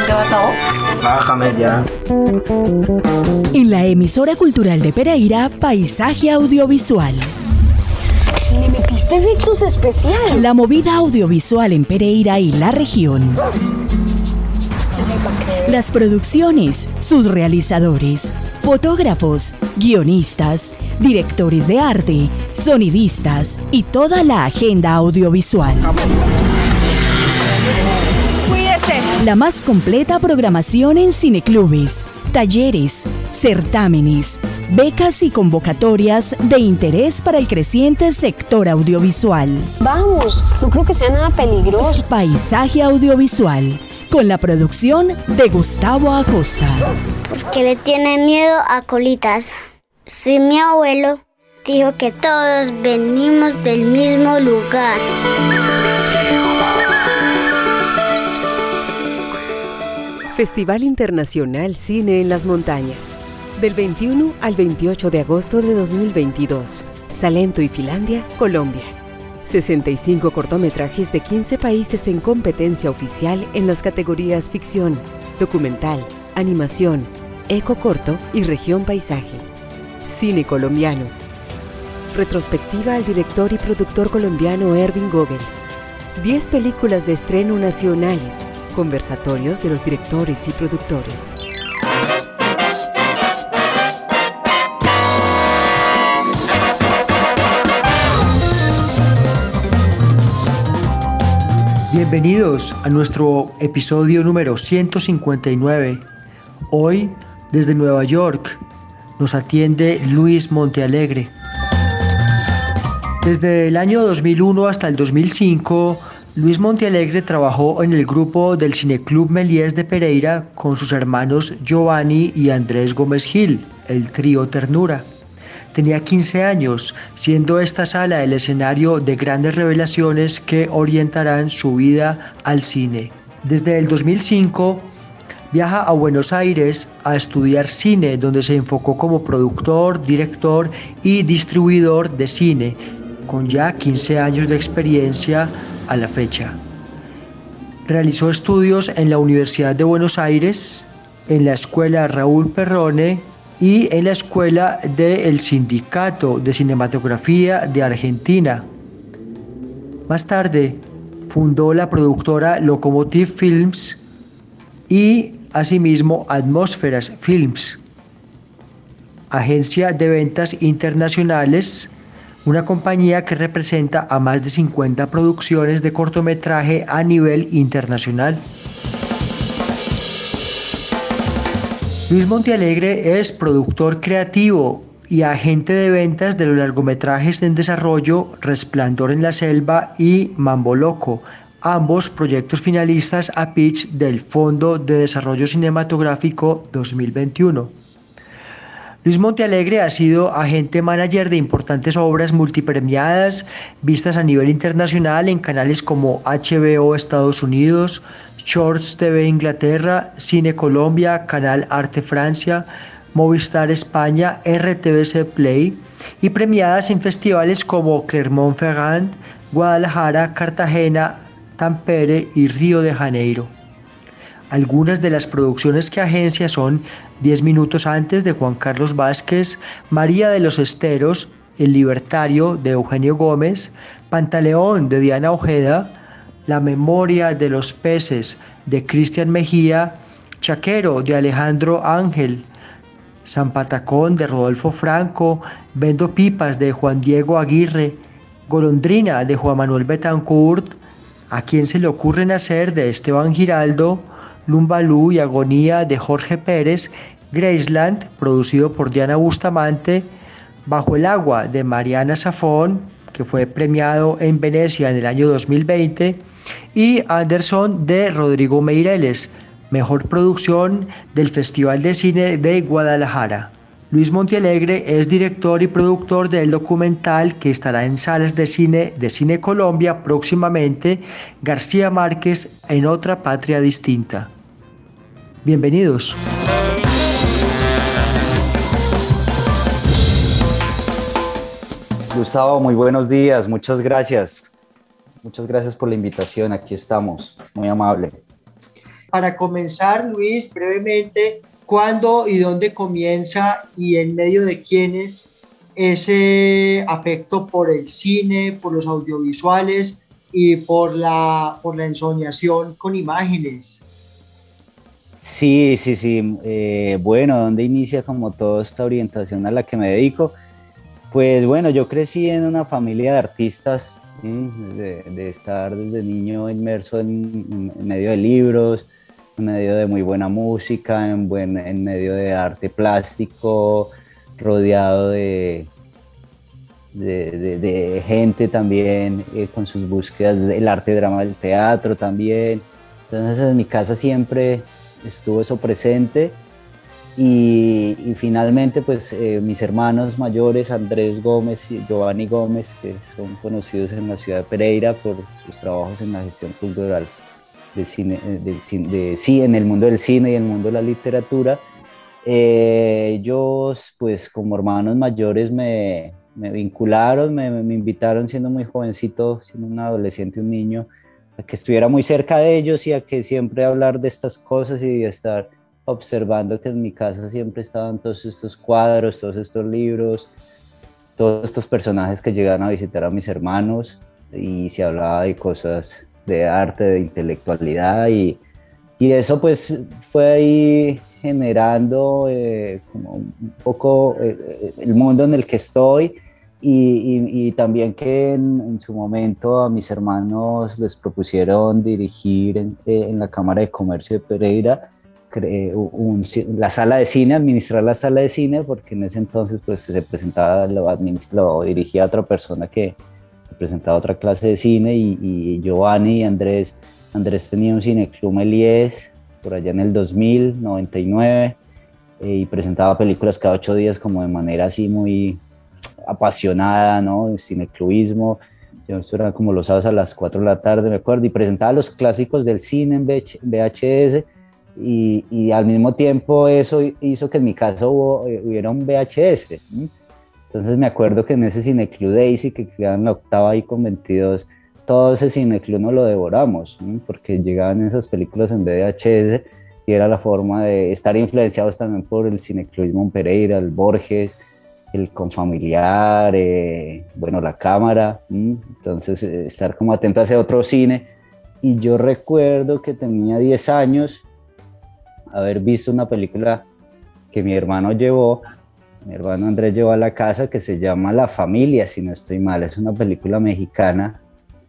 Bájame ya. En la emisora cultural de Pereira, Paisaje Audiovisual. ¿Le metiste efectos especiales? La movida audiovisual en Pereira y la región. Las producciones, sus realizadores, fotógrafos, guionistas, directores de arte, sonidistas y toda la agenda audiovisual. Cuídese. La más completa programación en cineclubes, talleres, certámenes, becas y convocatorias de interés para el creciente sector audiovisual. Vamos, no creo que sea nada peligroso. Paisaje Audiovisual, con la producción de Gustavo Acosta. Porque le tiene miedo a colitas. Si mi abuelo dijo que todos venimos del mismo lugar. Festival Internacional Cine en las Montañas. Del 21 al 28 de agosto de 2022. Salento y Finlandia, Colombia. 65 cortometrajes de 15 países en competencia oficial en las categorías ficción, documental, animación, ecocorto y región paisaje. Cine colombiano. Retrospectiva al director y productor colombiano Ervin Gogel. 10 películas de estreno nacionales. Conversatorios de los directores y productores. Bienvenidos a nuestro episodio número 159. Hoy, desde Nueva York, nos atiende Luis Montealegre. Desde el año 2001 hasta el 2005, Luis Montealegre trabajó en el grupo del Cineclub Méliès de Pereira con sus hermanos Giovanni y Andrés Gómez Gil, el trío Ternura. Tenía 15 años, siendo esta sala el escenario de grandes revelaciones que orientarán su vida al cine. Desde el 2005 viaja a Buenos Aires a estudiar cine, donde se enfocó como productor, director y distribuidor de cine, con ya 15 años de experiencia a la fecha. Realizó estudios en la Universidad de Buenos Aires, en la Escuela Raúl Perrone y en la Escuela del Sindicato de Cinematografía de Argentina. Más tarde, fundó la productora Locomotive Films y, asimismo, Atmósferas Films, agencia de ventas internacionales, una compañía que representa a más de 50 producciones de cortometraje a nivel internacional. Luis Montealegre es productor creativo y agente de ventas de los largometrajes en desarrollo Resplandor en la Selva y Mambo Loco, ambos proyectos finalistas a pitch del Fondo de Desarrollo Cinematográfico 2021. Luis Montealegre ha sido agente manager de importantes obras multipremiadas, vistas a nivel internacional en canales como HBO Estados Unidos, Shorts TV Inglaterra, Cine Colombia, Canal Arte Francia, Movistar España, RTBC Play, y premiadas en festivales como Clermont-Ferrand, Guadalajara, Cartagena, Tampere y Río de Janeiro. Algunas de las producciones que agencia son 10 minutos antes de Juan Carlos Vázquez, María de los Esteros, El Libertario de Eugenio Gómez, Pantaleón de Diana Ojeda, La Memoria de los Peces de Cristian Mejía, Chaquero de Alejandro Ángel, San Patacón de Rodolfo Franco, Vendo Pipas de Juan Diego Aguirre, Golondrina de Juan Manuel Betancourt, ¿A quién se le ocurre nacer? De Esteban Giraldo, Lumbalú y Agonía de Jorge Pérez, Graceland, producido por Diana Bustamante, Bajo el agua de Mariana Safón, que fue premiado en Venecia en el año 2020, y Anderson de Rodrigo Meireles, mejor producción del Festival de Cine de Guadalajara. Luis Montealegre es director y productor del documental que estará en salas de Cine Colombia próximamente, García Márquez en otra patria distinta. Bienvenidos. Gustavo, muy buenos días, muchas gracias. Muchas gracias por la invitación, aquí estamos, muy amable. Para comenzar, Luis, brevemente, ¿cuándo y dónde comienza y en medio de quiénes ese afecto por el cine, por los audiovisuales y por la ensoñación con imágenes? Sí, sí, sí. Bueno, ¿dónde inicia como toda esta orientación a la que me dedico? Pues bueno, yo crecí en una familia de artistas, ¿sí? De estar desde niño inmerso en medio de libros, en medio de muy buena música, en medio de arte plástico, rodeado de gente también con sus búsquedas del arte, drama, del teatro también. Entonces en mi casa siempre estuvo eso presente y finalmente pues mis hermanos mayores, Andrés Gómez y Giovanni Gómez, que son conocidos en la ciudad de Pereira por sus trabajos en la gestión cultural de cine, sí, en el mundo del cine y en el mundo de la literatura. Ellos pues como hermanos mayores me vincularon, me invitaron siendo muy jovencito, siendo un adolescente, un niño, a que estuviera muy cerca de ellos y a que siempre hablar de estas cosas y estar observando que en mi casa siempre estaban todos estos cuadros, todos estos libros, todos estos personajes que llegaban a visitar a mis hermanos y se hablaba de cosas de arte, de intelectualidad y eso pues fue ahí generando como un poco el mundo en el que estoy y también que en su momento a mis hermanos les propusieron dirigir en la Cámara de Comercio de Pereira la sala de cine, administrar la sala de cine, porque en ese entonces pues se presentaba, lo dirigía otra persona que presentaba otra clase de cine y Giovanni y Andrés tenía un cineclub Méliès por allá en el 2000, 99 y presentaba películas cada 8 días como de manera así muy apasionada, ¿no? El cineclubismo. Eso era como los sábados a las 4 de la tarde, me acuerdo, y presentaba los clásicos del cine en VHS y al mismo tiempo eso hizo que en mi casa hubiera un VHS. Entonces me acuerdo que en ese cineclub Daisy, que quedaba en la octava y con 22, todo ese cineclub no lo devoramos, ¿sí? Porque llegaban esas películas en VHS y era la forma de estar influenciados también por el cineclubismo en Pereira, el Borges, el Confamiliar, bueno, la Cámara, entonces estar como atento a ese otro cine. Y yo recuerdo que tenía 10 años, haber visto una película que mi hermano Andrés llevó a la casa, que se llama La Familia, si no estoy mal, es una película mexicana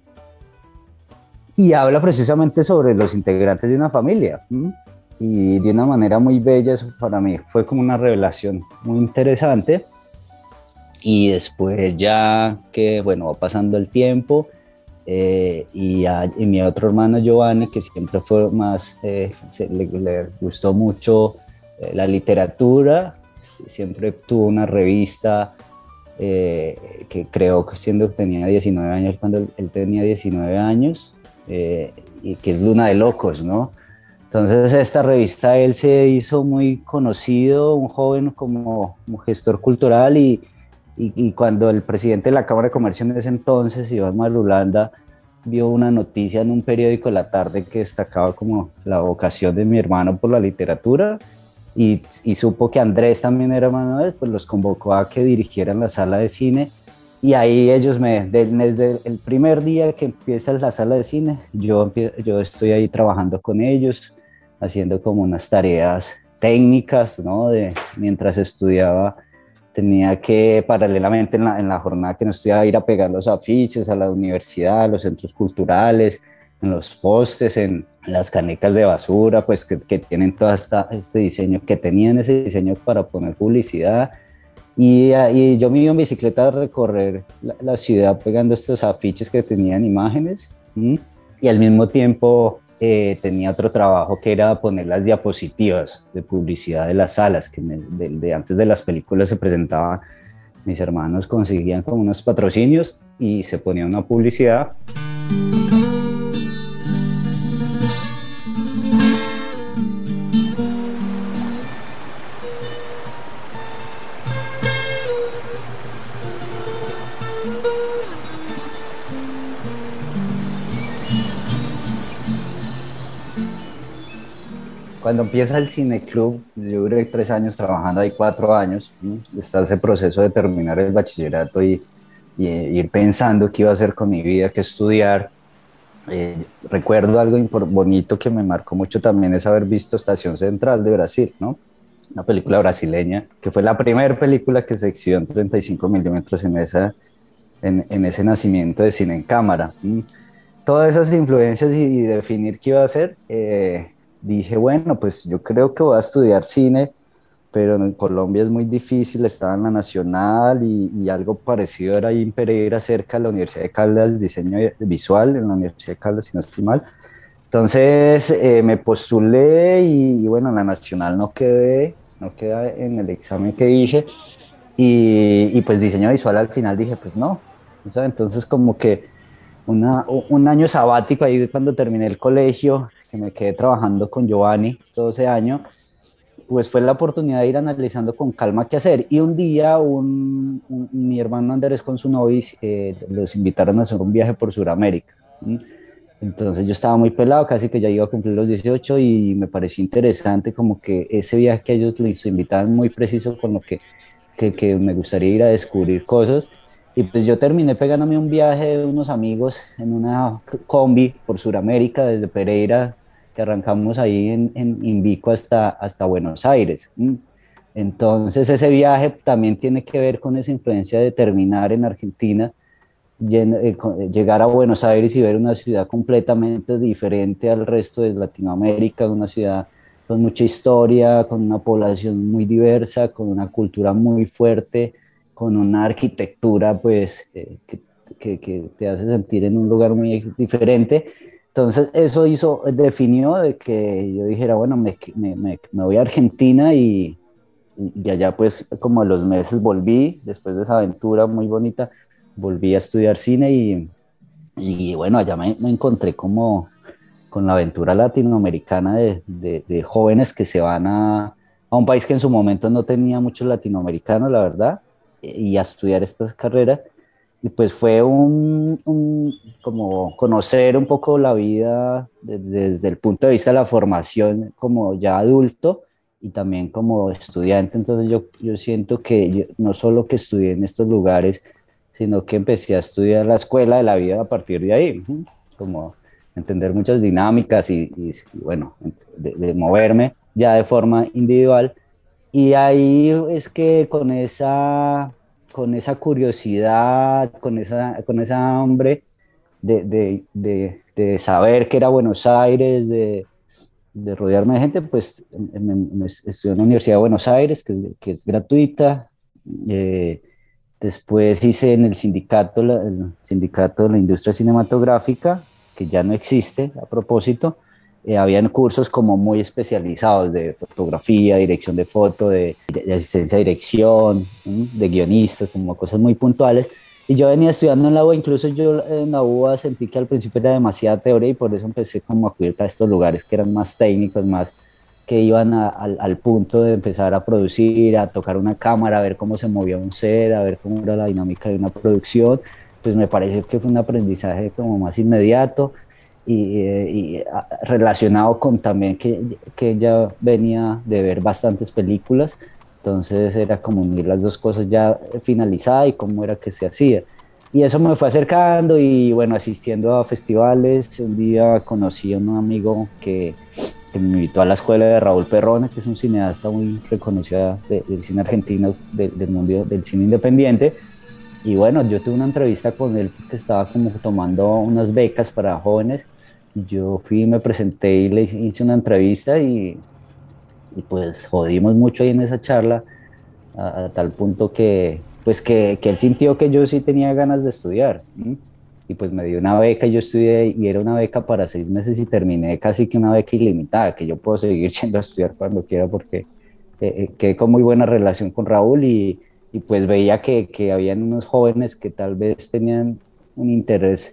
y habla precisamente sobre los integrantes de una familia y de una manera muy bella. Eso para mí fue como una revelación muy interesante. Y después ya que, bueno, va pasando el tiempo y mi otro hermano Giovanni, que siempre fue más, le gustó mucho la literatura, siempre tuvo una revista que creó siendo que tenía 19 años, cuando él tenía 19 años, y que es Luna de Locos, ¿no? Entonces esta revista él se hizo muy conocido, un joven como gestor cultural y cuando el presidente de la Cámara de Comercio en ese entonces, Iván Marulanda, vio una noticia en un periódico La Tarde que destacaba como la vocación de mi hermano por la literatura y supo que Andrés también era hermano de él, pues los convocó a que dirigieran la sala de cine y ahí ellos desde el primer día que empieza la sala de cine, yo estoy ahí trabajando con ellos, haciendo como unas tareas técnicas, ¿no? Mientras estudiaba tenía que paralelamente en la jornada que no estudiaba ir a pegar los afiches a la universidad, a los centros culturales, en los postes, en las canecas de basura, pues que tienen todo este diseño, que tenían ese diseño para poner publicidad. Y yo me iba en bicicleta a recorrer la ciudad pegando estos afiches que tenían imágenes y al mismo tiempo tenía otro trabajo que era poner las diapositivas de publicidad de las salas, que antes de las películas se presentaban, mis hermanos conseguían como unos patrocinios y se ponía una publicidad. Cuando empieza el cineclub, yo duré 3 años trabajando ahí, 4 años, ¿sí? Está ese proceso de terminar el bachillerato y ir pensando qué iba a hacer con mi vida, qué estudiar. Recuerdo algo bonito que me marcó mucho también es haber visto Estación Central de Brasil, ¿no? Una película brasileña, que fue la primera película que se exhibió en 35 milímetros en ese nacimiento de cine en cámara. Todas esas influencias y definir qué iba a hacer, dije, bueno, pues yo creo que voy a estudiar cine, pero en Colombia es muy difícil, estaba en la Nacional y algo parecido era ahí en Pereira, cerca de la Universidad de Caldas, diseño visual en la Universidad de Caldas, si no estoy mal. Entonces me postulé y bueno, en la Nacional no quedé en el examen que hice y pues diseño visual al final dije, pues no. O sea, entonces como que un año sabático ahí cuando terminé el colegio, que me quedé trabajando con Giovanni todo ese año, pues fue la oportunidad de ir analizando con calma qué hacer. Y un día mi hermano Andrés con su novia los invitaron a hacer un viaje por Sudamérica. Entonces yo estaba muy pelado, casi que ya iba a cumplir los 18 y me pareció interesante como que ese viaje que ellos les invitaban muy preciso con lo que me gustaría ir a descubrir cosas. Y pues yo terminé pegándome un viaje de unos amigos en una combi por Sudamérica, desde Pereira, que arrancamos ahí en Imbico hasta Buenos Aires. Entonces ese viaje también tiene que ver con esa influencia de terminar en Argentina, llegar a Buenos Aires y ver una ciudad completamente diferente al resto de Latinoamérica, una ciudad con mucha historia, con una población muy diversa, con una cultura muy fuerte, con una arquitectura pues que te hace sentir en un lugar muy diferente. Entonces eso definió de que yo dijera, bueno, me voy a Argentina y allá pues como a los meses volví, después de esa aventura muy bonita, volví a estudiar cine y bueno, allá me encontré como con la aventura latinoamericana de jóvenes que se van a un país que en su momento no tenía muchos latinoamericanos, la verdad, y a estudiar estas carreras. Y pues fue como conocer un poco la vida desde el punto de vista de la formación como ya adulto y también como estudiante. Entonces yo siento que no solo que estudié en estos lugares, sino que empecé a estudiar la escuela de la vida a partir de ahí, como entender muchas dinámicas y bueno, de moverme ya de forma individual. Y ahí es que con esa curiosidad, con esa hambre de saber que era Buenos Aires, de rodearme de gente, pues me estudié en la Universidad de Buenos Aires, que es gratuita. Después hice en el sindicato de la industria cinematográfica, que ya no existe a propósito. Habían cursos como muy especializados de fotografía, dirección de foto, de asistencia a dirección, de guionistas, como cosas muy puntuales. Y yo venía estudiando en la UBA, incluso yo en la UBA sentí que al principio era demasiada teoría y por eso empecé como a acudir a estos lugares que eran más técnicos, más que iban al punto de empezar a producir, a tocar una cámara, a ver cómo se movía un set, a ver cómo era la dinámica de una producción. Pues me pareció que fue un aprendizaje como más inmediato. Y relacionado con también que ella venía de ver bastantes películas, entonces era como unir las dos cosas ya finalizada y cómo era que se hacía. Y eso me fue acercando y bueno, asistiendo a festivales. Un día conocí a un amigo que me invitó a la escuela de Raúl Perrone, que es un cineasta muy reconocido del cine argentino, del mundo del cine independiente. Y bueno, yo tuve una entrevista con él porque estaba como tomando unas becas para jóvenes. Yo fui, me presenté y le hice una entrevista y pues jodimos mucho ahí en esa charla a tal punto pues que él sintió que yo sí tenía ganas de estudiar. Y pues me dio una beca y yo estudié y era una beca para 6 meses y terminé casi que una beca ilimitada, que yo puedo seguir yendo a estudiar cuando quiera porque quedé con muy buena relación con Raúl y pues veía que habían unos jóvenes que tal vez tenían un interés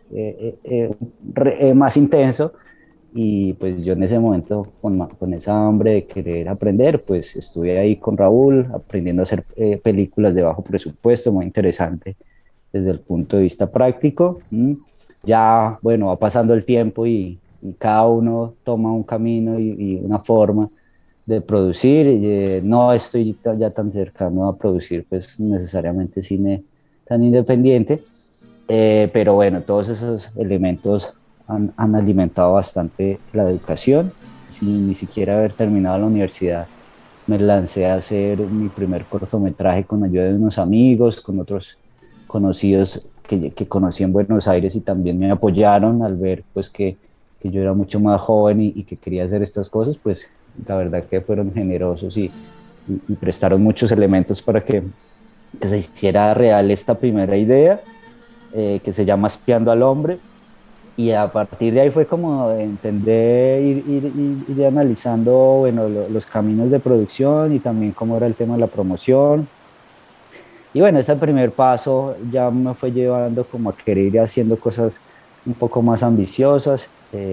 más intenso y pues yo en ese momento con esa hambre de querer aprender, pues estuve ahí con Raúl aprendiendo a hacer películas de bajo presupuesto, muy interesante desde el punto de vista práctico. Ya, bueno, va pasando el tiempo y y cada uno toma un camino y una forma de producir. No estoy ya tan cercano a producir pues necesariamente cine tan independiente, pero bueno, todos esos elementos han alimentado bastante la educación. Sin ni siquiera haber terminado la universidad, me lancé a hacer mi primer cortometraje con ayuda de unos amigos, con otros conocidos que conocí en Buenos Aires y también me apoyaron al ver pues que yo era mucho más joven y que quería hacer estas cosas. Pues la verdad que fueron generosos y prestaron muchos elementos para que se hiciera real esta primera idea, que se llama Espiando al Hombre. Y a partir de ahí fue como entender, ir analizando, bueno, los caminos de producción y también cómo era el tema de la promoción. Y bueno, ese primer paso ya me fue llevando como a querer ir haciendo cosas un poco más ambiciosas.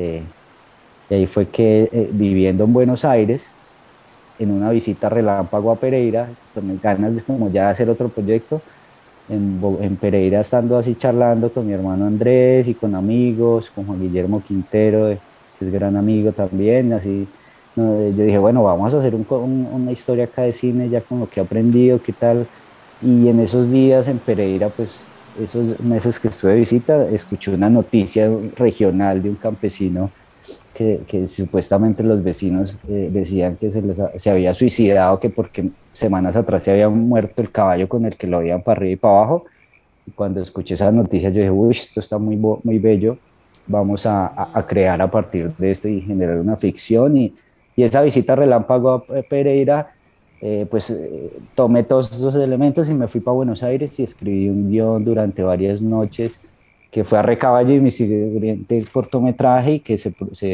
Y ahí fue que viviendo en Buenos Aires, en una visita relámpago a Pereira, con ganas de como ya hacer otro proyecto, en Pereira, estando así charlando con mi hermano Andrés y con amigos, con Juan Guillermo Quintero, que es gran amigo también, así, no, yo dije, bueno, vamos a hacer una historia acá de cine ya con lo que he aprendido, qué tal. Y en esos días en Pereira, pues esos meses que estuve de visita, escuché una noticia regional de un campesino que supuestamente los vecinos decían que se había suicidado, que porque semanas atrás se había muerto el caballo con el que lo habían para arriba y para abajo. Y cuando escuché esa noticia, yo dije, uy, esto está muy bello, vamos a crear a partir de esto y generar una ficción. Y esa visita relámpago a Pereira, pues tomé todos esos elementos y me fui para Buenos Aires y escribí un guión durante varias noches que fue a Recaballo y mi siguiente cortometraje y que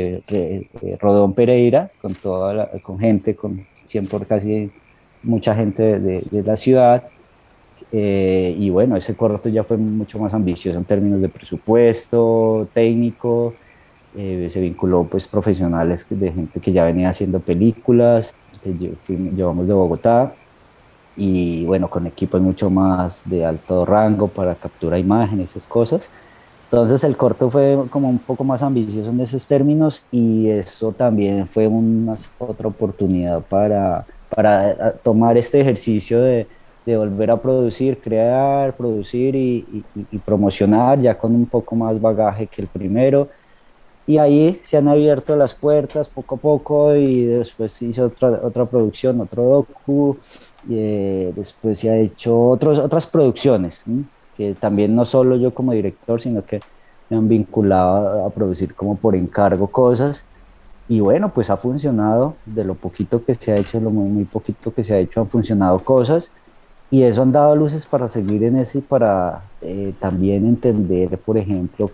rodó en Pereira con con gente, con 100 por casi mucha gente de la ciudad. Y bueno, ese corto ya fue mucho más ambicioso en términos de presupuesto, técnico. Se vinculó pues profesionales de gente que ya venía haciendo películas, llevamos de Bogotá, y bueno, con equipos mucho más de alto rango para captura de imágenes, esas cosas. Entonces el corto fue como un poco más ambicioso en esos términos y eso también fue otra oportunidad para tomar este ejercicio de volver a producir, crear, producir y promocionar ya con un poco más bagaje que el primero. Y ahí se han abierto las puertas poco a poco y después hice otra producción, otro docu, y después se ha hecho otras producciones, ¿sí? Que también no solo yo como director, sino que me han vinculado a producir como por encargo cosas. Y bueno, pues ha funcionado, de lo poquito que se ha hecho, lo muy poquito que se ha hecho, han funcionado cosas. Y eso han dado luces para seguir en eso y para también entender, por ejemplo,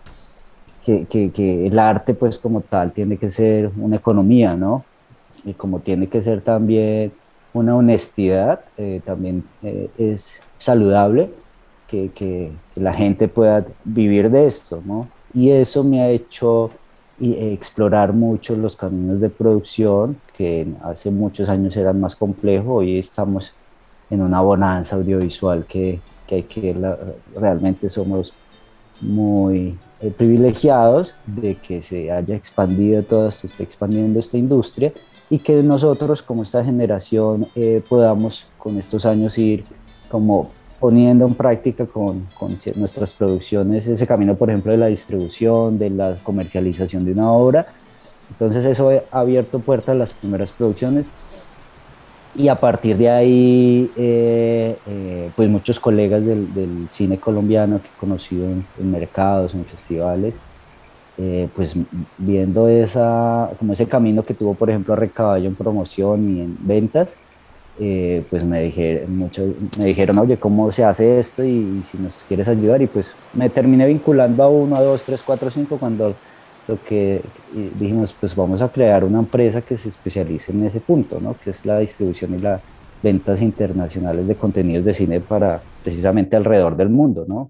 que el arte pues como tal tiene que ser una economía, ¿no? Y como tiene que ser también una honestidad, también es saludable que la gente pueda vivir de esto, ¿no? Y eso me ha hecho explorar mucho los caminos de producción que hace muchos años eran más complejos. Hoy estamos en una bonanza audiovisual realmente somos muy privilegiados de que se haya expandido se esté expandiendo esta industria y que nosotros como esta generación podamos con estos años ir como poniendo en práctica con nuestras producciones ese camino, por ejemplo, de la distribución, de la comercialización de una obra. Entonces eso ha abierto puertas a las primeras producciones y a partir de ahí, pues muchos colegas del cine colombiano que he conocido en mercados, en festivales, pues viendo como ese camino que tuvo, por ejemplo, Recaballo en promoción y en ventas, pues me dijeron, oye, ¿cómo se hace esto? Y si nos quieres ayudar. Y pues me terminé vinculando a uno, a dos, tres, cuatro, cinco, cuando lo que dijimos, pues vamos a crear una empresa que se especialice en ese punto, ¿no? Que es la distribución y las ventas internacionales de contenidos de cine para precisamente alrededor del mundo, ¿no?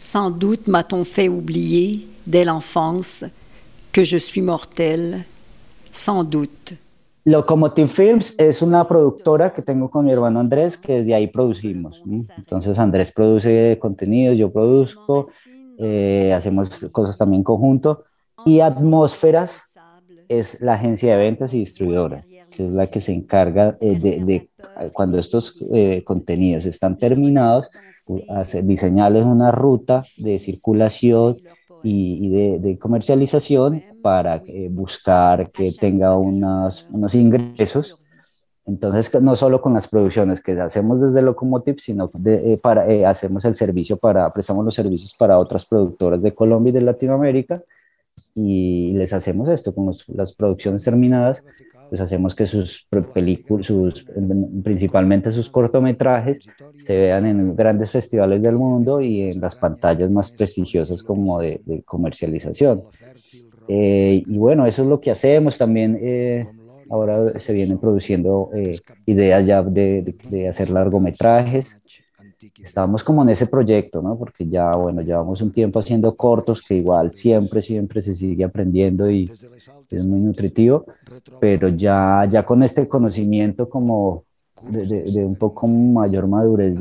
Sans doute m'a-t-on fait oublier dès l'enfance que je suis mortelle, sans doute. Locomotive Films es una productora que tengo con mi hermano Andrés, que desde ahí producimos. Entonces Andrés produce contenidos, yo produzco, hacemos cosas también en conjunto. Y Atmósferas es la agencia de ventas y distribuidora, que es la que se encarga de cuando estos contenidos están terminados, diseñarles una ruta de circulación y de comercialización para buscar que tenga unos ingresos. Entonces, no solo con las producciones que hacemos desde Locomotive, sino hacemos el servicio prestamos los servicios para otras productoras de Colombia y de Latinoamérica, y les hacemos esto con las producciones terminadas. Pues hacemos que sus películas, principalmente sus cortometrajes, se vean en grandes festivales del mundo y en las pantallas más prestigiosas como de comercialización. Y bueno, eso es lo que hacemos. También ahora se vienen produciendo ideas ya de hacer largometrajes. Estábamos como en ese proyecto, ¿no? Porque ya, bueno, llevamos un tiempo haciendo cortos, que igual siempre se sigue aprendiendo y es muy nutritivo, pero ya con este conocimiento como de un poco mayor madurez,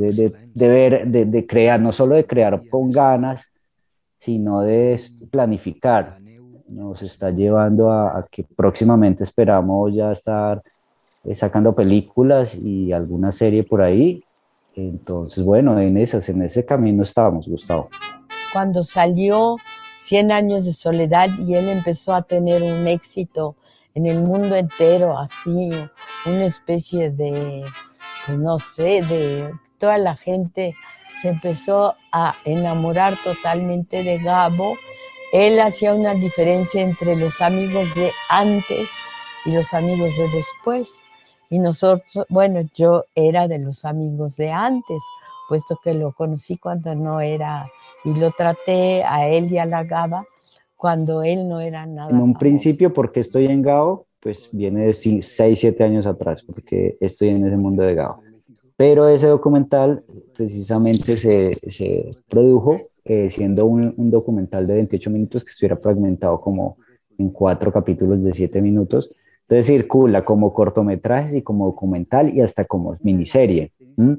de crear, no solo de crear con ganas, sino de planificar. Nos está llevando a que próximamente esperamos ya estar sacando películas y alguna serie por ahí. Entonces, bueno, en ese camino estábamos, Gustavo. Cuando salió 100 años de soledad y él empezó a tener un éxito en el mundo entero, así, una especie de, pues no sé, de toda la gente se empezó a enamorar totalmente de Gabo. Él hacía una diferencia entre los amigos de antes y los amigos de después. Y nosotros, bueno, yo era de los amigos de antes, puesto que lo conocí cuando no era, y lo traté a él y a la Gaba cuando él no era nada. En un famoso. principio, porque estoy en Gabo, pues viene de 6, 7 años atrás, porque estoy en ese mundo de Gabo. Pero ese documental precisamente se produjo siendo un documental de 28 minutos que estuviera fragmentado como en 4 capítulos de 7 minutos. Entonces circula como cortometrajes y como documental y hasta como miniserie.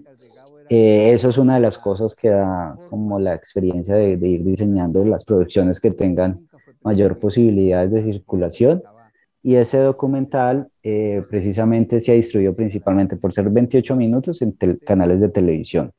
Eso es una de las cosas que da como la experiencia de ir diseñando las producciones que tengan mayor posibilidades de circulación. Y ese documental precisamente se ha distribuido principalmente por ser 28 minutos en canales de televisión.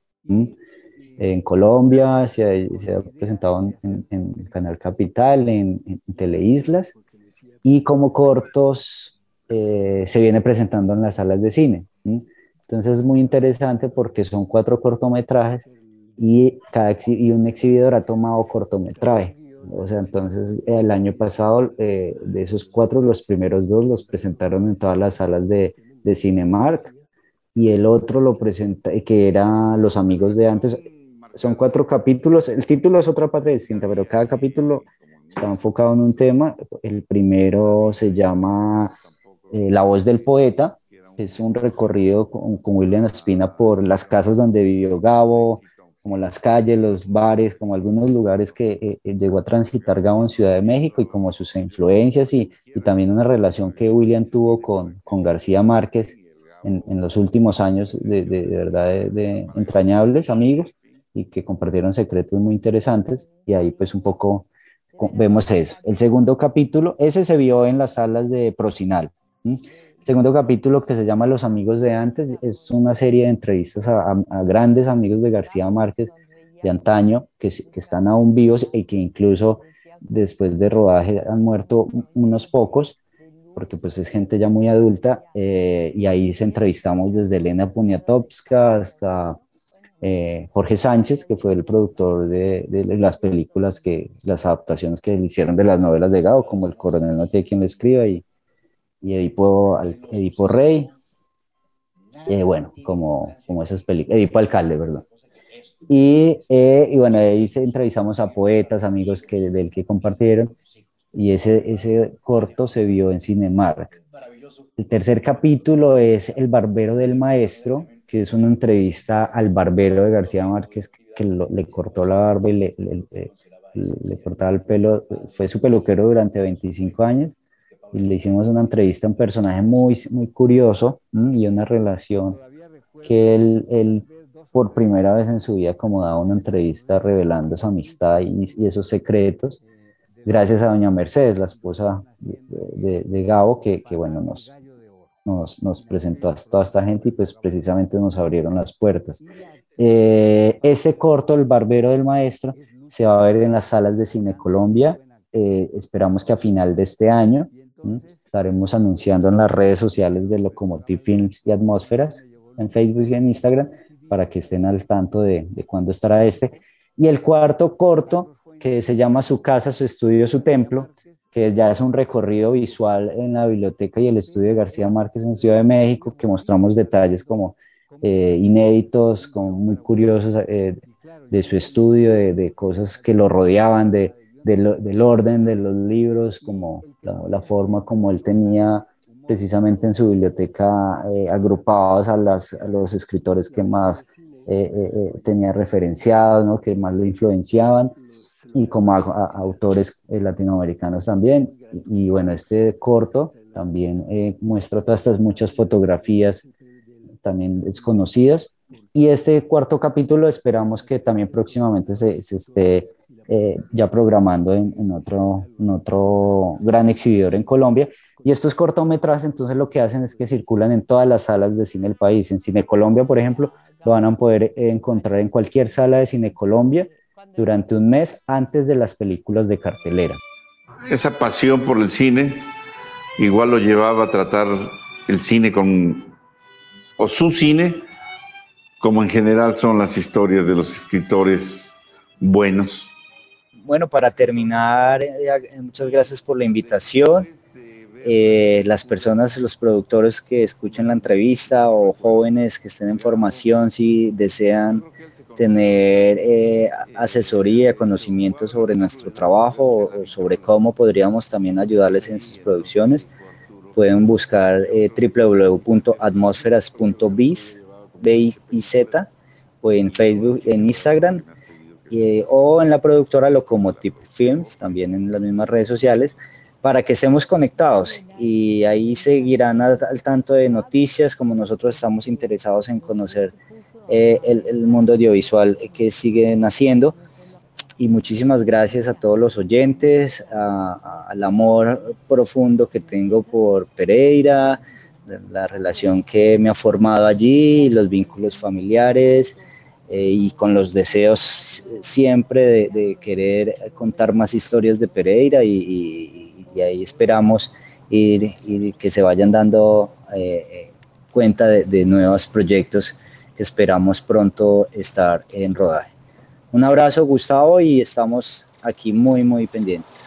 En Colombia se ha presentado en Canal Capital, en Teleislas, y como cortos se viene presentando en las salas de cine. Entonces es muy interesante porque son 4 cortometrajes y un exhibidor ha tomado cortometraje. O sea, entonces el año pasado de esos 4, los primeros 2 los presentaron en todas las salas de Cinemark, y el otro lo presenta, que era Los amigos de antes. Son 4 capítulos, el título es otra patria distinta, pero cada capítulo está enfocado en un tema. El primero se llama La voz del poeta. Es un recorrido con William Ospina por las casas donde vivió Gabo, como las calles, los bares, como algunos lugares que llegó a transitar Gabo en Ciudad de México, y como sus influencias y también una relación que William tuvo con García Márquez en los últimos años, de verdad de entrañables amigos, y que compartieron secretos muy interesantes, y ahí pues un poco vemos eso. El segundo capítulo, ese se vio en las salas de Procinal. El segundo capítulo, que se llama Los amigos de antes, es una serie de entrevistas a grandes amigos de García Márquez de antaño, que están aún vivos y que incluso después de rodaje han muerto unos pocos, porque pues es gente ya muy adulta, y ahí se entrevistamos desde Elena Poniatowska hasta Jorge Sánchez, que fue el productor de las películas, las adaptaciones que le hicieron de las novelas de Gabo, como El coronel no tiene quien le escriba, y Edipo Rey, bueno, como esas películas, Edipo Alcalde, ¿verdad? Y bueno, ahí entrevistamos a poetas, amigos del que compartieron, y ese corto se vio en Cinemark. El tercer capítulo es El barbero del maestro, que es una entrevista al barbero de García Márquez, que le cortó la barba y le cortaba el pelo, fue su peluquero durante 25 años y le hicimos una entrevista a un personaje muy, muy curioso y una relación que él por primera vez en su vida como daba una entrevista revelando su amistad y esos secretos, gracias a doña Mercedes, la esposa de Gabo, que bueno, nos presentó a toda esta gente y pues precisamente nos abrieron las puertas. Ese corto, El Barbero del Maestro, se va a ver en las salas de Cine Colombia. Esperamos que a final de este año estaremos anunciando en las redes sociales de Locomotive Films y Atmósferas, en Facebook y en Instagram, para que estén al tanto de cuándo estará este. Y el cuarto corto, que se llama Su casa, su estudio, su templo, que ya es un recorrido visual en la biblioteca y el estudio de García Márquez en Ciudad de México, que mostramos detalles como inéditos, como muy curiosos de su estudio, de cosas que lo rodeaban, del orden de los libros, como la forma como él tenía precisamente en su biblioteca agrupados a los escritores que más tenía referenciados, ¿no? Que más lo influenciaban, y como autores latinoamericanos también. Y bueno, este corto también muestra todas estas muchas fotografías también desconocidas. Y este cuarto capítulo esperamos que también próximamente se esté ya programando en otro gran exhibidor en Colombia. Y estos cortometrajes entonces lo que hacen es que circulan en todas las salas de cine del país. En Cine Colombia, por ejemplo, lo van a poder encontrar en cualquier sala de Cine Colombia durante un mes antes de las películas de cartelera. Esa pasión por el cine igual lo llevaba a tratar el cine o su cine, como en general son las historias de los escritores buenos. Bueno, para terminar, muchas gracias por la invitación. Las personas, los productores que escuchen la entrevista o jóvenes que estén en formación, si desean tener asesoría, conocimiento sobre nuestro trabajo o sobre cómo podríamos también ayudarles en sus producciones, pueden buscar www.atmosferas.biz, BIZ, o en Facebook, en Instagram, o en la productora Locomotive Films, también en las mismas redes sociales, para que estemos conectados y ahí seguirán al tanto de noticias, como nosotros estamos interesados en conocer el mundo audiovisual que sigue naciendo. Y muchísimas gracias a todos los oyentes, al amor profundo que tengo por Pereira, la relación que me ha formado allí, los vínculos familiares, y con los deseos siempre de querer contar más historias de Pereira, y ahí esperamos ir que se vayan dando cuenta de nuevos proyectos que esperamos pronto estar en rodaje. Un abrazo, Gustavo, y estamos aquí muy, muy pendientes.